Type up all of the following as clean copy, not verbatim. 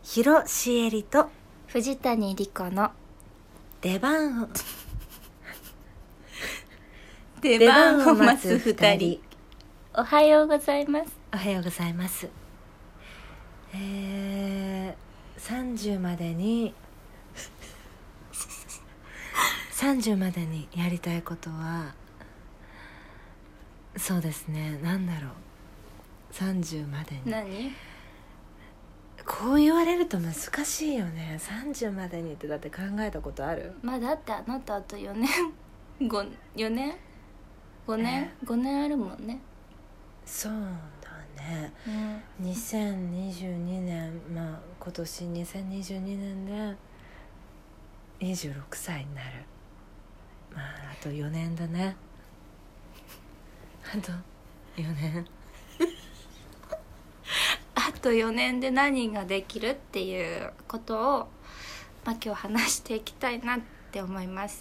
広しえりと藤谷莉子の出番を待つ二人。おはようございます。 おはようございます。30までにやりたいことはそうですね、なんだろう、30までに何？ こう言われると難しいよね。30までにってだって考えたことある？ まあだってあなたあと4年5年あるもんね。 そうだね、 うん、 2022年、まあ今年2022年で26歳になる。まああと4年だね。あと4年あと4年で何ができるっていうことを、まあ、今日話していきたいなって思います。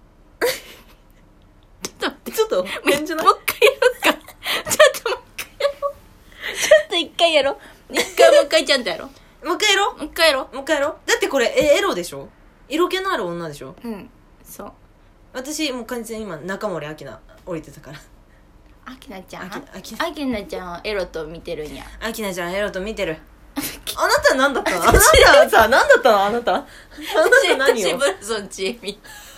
ちょっと変じゃない？ もう一回やろうか。ちょっともう一回やろう。もう一回ちゃんとやろう。 もう一回やろう。 もう一回やろもう一回やろう。だってこれエロでしょ？色気のある女でしょ？ う。うん、そう。 私もう完全に今中森明菜降りてたから。 明菜ちゃん？ 明菜ちゃんをエロと見てるんや。 菜ちゃんエロと見てる。あなた何だったの？あなたさ、何だったの？あなた何私を？ ブルゾンちえみ。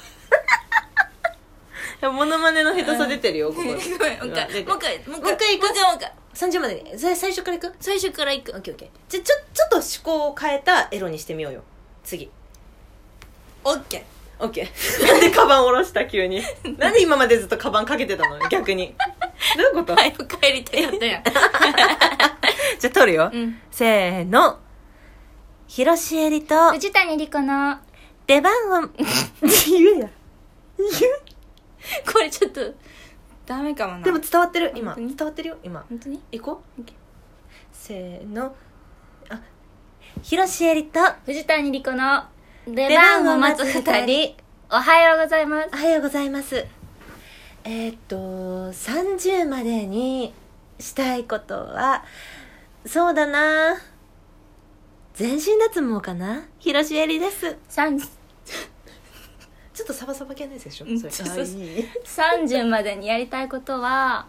モノマネの下手さ出てるよ、ここ。 もう一回もう一回行く。30までに最初から行く？ 最初から行く。 オッケーオッケー。じゃちょっと思考を変えたエロにしてみようよ。次。 オッケオッケー。なんでカバン下ろした急に？なんで今までずっとカバンかけてたの？逆に。どういうこと？ ー。早く帰りたかったやん。 じゃあ撮るよ。 うん。 せーの。広しえりと藤谷莉子の出番を言えや。 これちょっとダメかもな。 でも伝わってる。今本当に伝わってるよ。今本当に行こう。 オッケー。 せーの。あ、広しえりと藤谷莉子の出番を待つ二人。おはようございます。 おはようございます。30までにしたいことはそうだな、全身脱毛かな。広しえりです。ちょっとサバサバ系のやつでしょ、それ。いい 30までにやりたいことは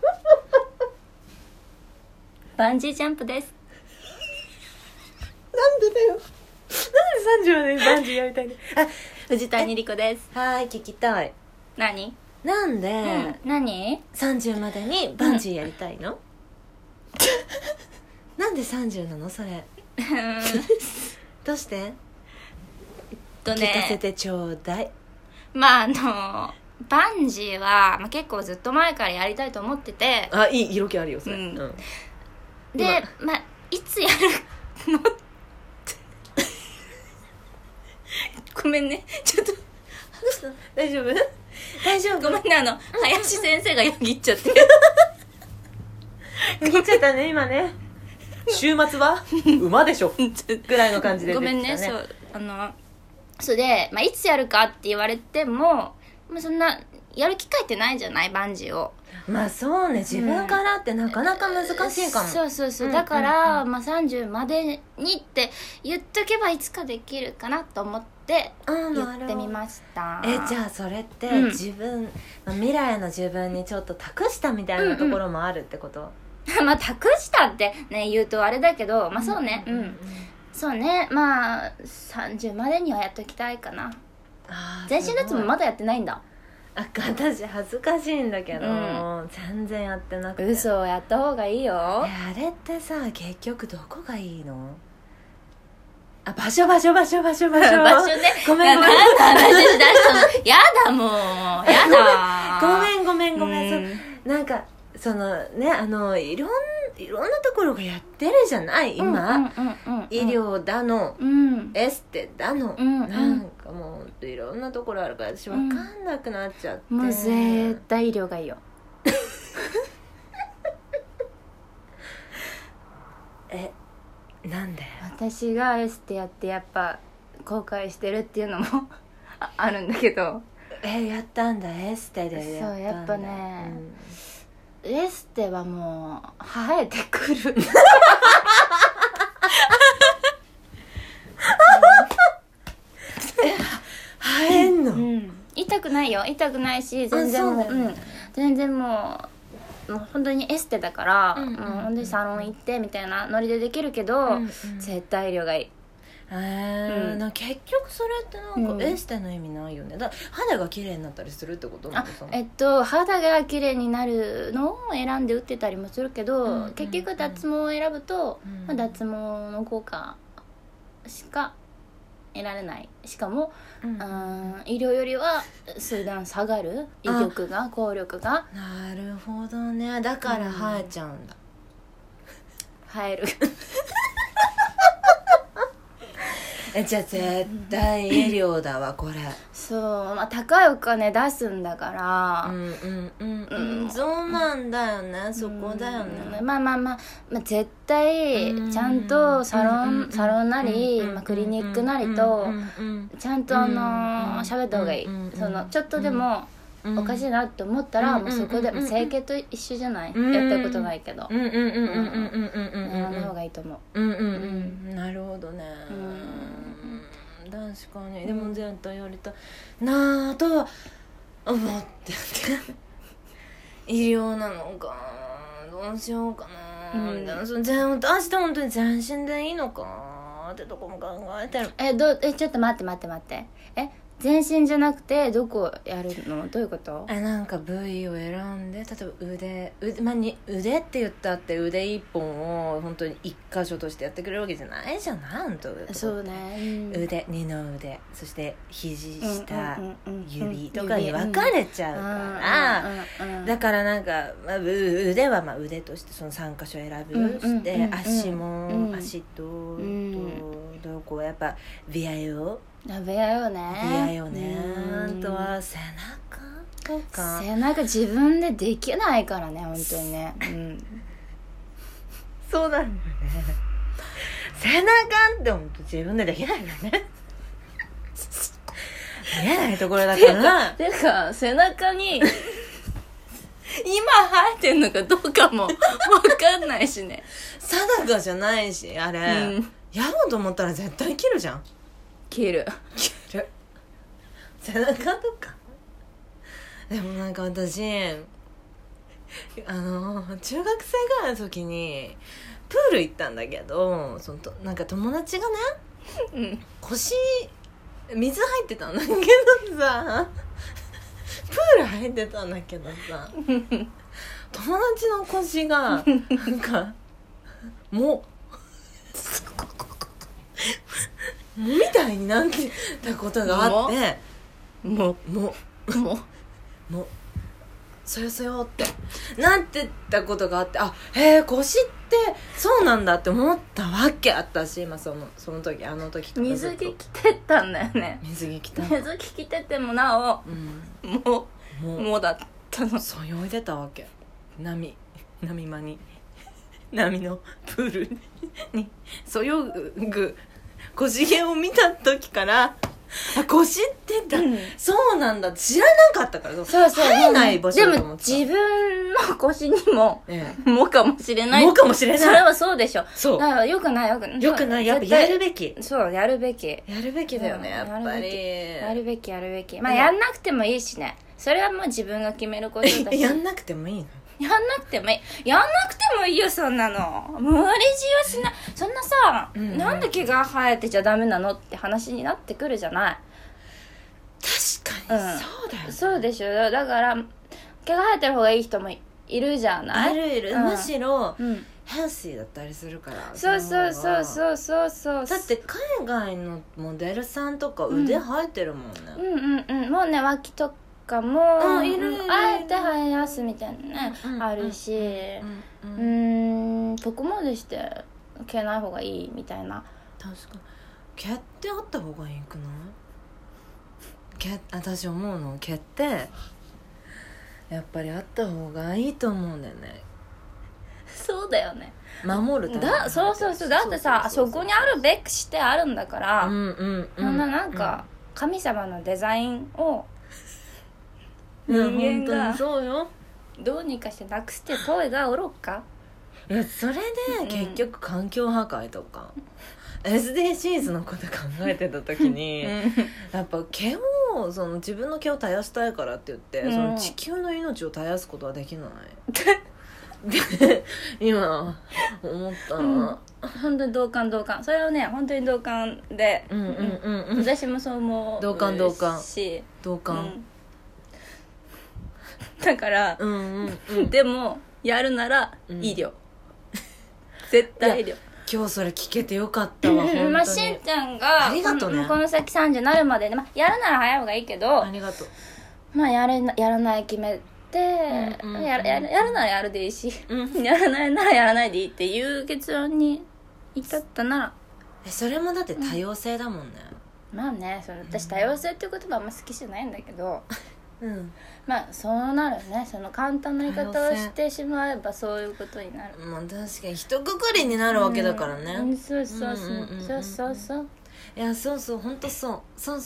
バンジージャンプです。 なんでだよ。なんで30までにバンジーやりたいの？あ、 藤谷莉子です。 はい、聞きたい。 何？ なんで、 何 30までにバンジーやりたいの？なんで30なのそれ？どうして？聞かせてちょうだい。 まあバンジーは、結構ずっと前からやりたいと思ってて、 あ、いい色気あるよそれ。 うんうん、 で、いつやるの？ごめんね、ちょっと大丈夫？大丈夫？ ごめんね、林先生がよぎっちゃってよぎっちゃったね今ね。週末は馬でしょぐらいの感じで出てきたね。 ごめんね。そうそれで、いつやるかって言われても、そんなやる機会ってないじゃない、バンジーを。 まあそうね、自分からってなかなか難しいかも。 そう、だから、30までにって言っとけばいつかできるかなと思って言ってみました。 じゃあそれって自分、未来の自分にちょっと託したみたいなところもあるってこと？ 託したってね言うとあれだけど、そうね、そうね、30までにはやっときたいかな。全身脱毛まだやってないんだ。 私恥ずかしいんだけど、全然やってなくて。 嘘、やった方がいいよ。 あれってさ、結局どこがいいの？場所ね。ごめん。 なんか話し出したの。やだもう。やだ。 ごめん。なんかそのね、いろんなところがやってるじゃない今。医療だの、エステだの、なんかもういろんなところあるから私分かんなくなっちゃって。 もう絶対医療がいいよ。 なんで？ 私がエステやってやっぱ後悔してるっていうのもあるんだけど。 やったんだ、エステでやったんだ。 そう、やっぱね、エステはもう生えてくる。 よ、痛くないし全然もう、全然もう本当にエステだから、もう本当にサロン行ってみたいなノリでできるけど、絶対医療がいい。 結局それってなんかエステの意味ないよね。だ肌が綺麗になったりするってことなの？ 肌が綺麗になるのを選んで打ってたりもするけど、結局脱毛を選ぶと、脱毛の効果しか得られない。しかも、医療よりは数段下がる、威力が効力が。 なるほどね。だから生えちゃうんだ。 生えるじゃあ絶対医療だわこれ。 そう、高いお金出すんだから、 そうなんだよね、そこだよね。 絶対ちゃんとサロンなり、クリニックなりとちゃんと喋った方がいい。そのちょっとでもおかしいなって思ったら、もうそこで整形と一緒じゃない、やったことないけど、やら方がいいと思う。 なるほどね。確かに。でも絶対やりたいなぁとは思ってて医療なのかどうしようかな、明日本当に全身でいいのかってとこも考えてる。 ちょっと待って全身じゃなくてどこやるの？どういうこと？ なんか部位を選んで、例えば腕って言ったって腕一本を本当に一箇所としてやってくれるわけじゃないじゃん。なんとそうね、 二の腕、そして肘下、指とかに分かれちゃうから、だからなんか、腕は腕としてその3箇所選ぶして、足も、足とどこやっぱビアよね、あとは背中とか。 背中自分でできないからね、本当にね。 そうなんだよね。背中って本当自分でできないよね。見えないところだからてか背中に今生えてんのかどうかも分かんないしね。 定かじゃないし、あれ、やろうと思ったら絶対切るじゃん。 切る背中とか。でもなんか私中学生ぐらいの時にプール行ったんだけど、なんか友達がね、腰水入ってたんだけどさプール入ってたんだけどさ友達の腰がなんかもうみたいになってたことがあって、もうそよそよってなってたことがあって、腰ってそうなんだって思ったわけ。私今その時水着着てたんだよね。 水着着ててもなお、もうだったの。 そよいでたわけ。波のプールにそよぐ腰毛を見た時から、腰ってそうなんだ知らなかったから。 そう生えない場所だと思ってた。 でも自分の腰にも、もかもしれない。 もかもしれない。 それはそうでしょ。 そうだからよくない。 やっぱやるべき。 そう、やるべきだよね、やっぱり。 やるべき。やんなくてもいいしね。それはもう自分が決めることだし。 やんなくてもいいの？ やんなくてもいいよ、そんなの。無理強いしな。そんなさ、なんで毛が生えてちゃダメなのって話になってくるじゃない。 確かに、そうだよね。 そうでしょ。だから毛が生えてる方がいい人もいるじゃない。 いる、むしろ、ヘルシーだったりするから。 そうだって海外のモデルさんとか腕生えてるもんね。 もうね、脇とかもあえて生えやすみたいなね、あるし、そこまでして毛ない方がいいみたいな。 確かに毛ってあった方がいいくない？私思うの、毛ってやっぱりあった方がいいと思うんだよね。 そうだよね、 守るために。 そうだってさ、そこにあるべくしてあるんだから、そんななんか神様のデザインを人間がどうにかしてなくして声が愚か。 いや、それで結局環境破壊とか、SDGs のこと考えてた時に、やっぱ毛ををその自分の毛を絶やしたいからって言って、その地球の命を絶やすことはできないで今思ったな、 本当に同感それはね本当に同感で、私もそう思うし同感、 だから、でもやるなら医療、絶対医療。 今日それ聞けてよかったわ本当に。 まあ、しんちゃんがありがとうね、 この先30になるまでね、まあ、やるなら早い方がいいけど、 ありがとう。 まあやらない決めて、やるならやるでいいし、やらないならやらないでいいっていう結論に至ったなら、 それもだって多様性だもんね、 まあね、私多様性っていう言葉あんま好きじゃないんだけど、まあそうなるね。その簡単な言い方をしてしまえばそういうことになる。 まあ確かに一括りになるわけだからね、 そういやそう本当そう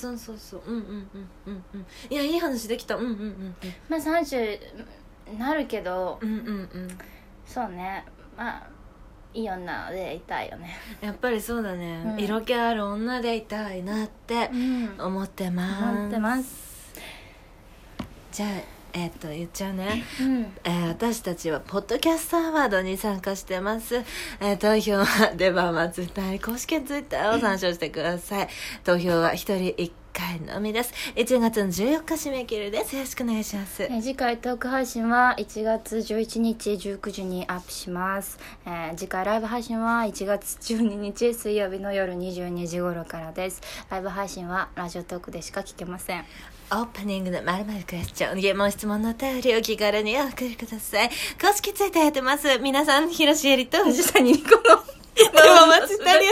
いやいい話できた。まあ30なるけど、そうね、まあいい女でいたいよね。 やっぱりそうだね、色気ある女でいたいなって思ってます。じゃあ言っちゃうね、私たちはポッドキャストアワードに参加してます。投票は出番はツイッター公式ツイッターを参照してください。投票は1人1回のみです。1月の14日締め切りです。よろしくお願いします。 次回トーク配信は1月11日19時にアップします。次回ライブ配信は1月12日水曜日の夜22時頃からです。ライブ配信はラジオトークでしか聞けません。 オープニングの〇〇クエスチョン、疑問質問のお便りを気軽にお送りください。公式ツイッターやってます。皆さん、広瀬えりと藤谷莉子の電話待ちたり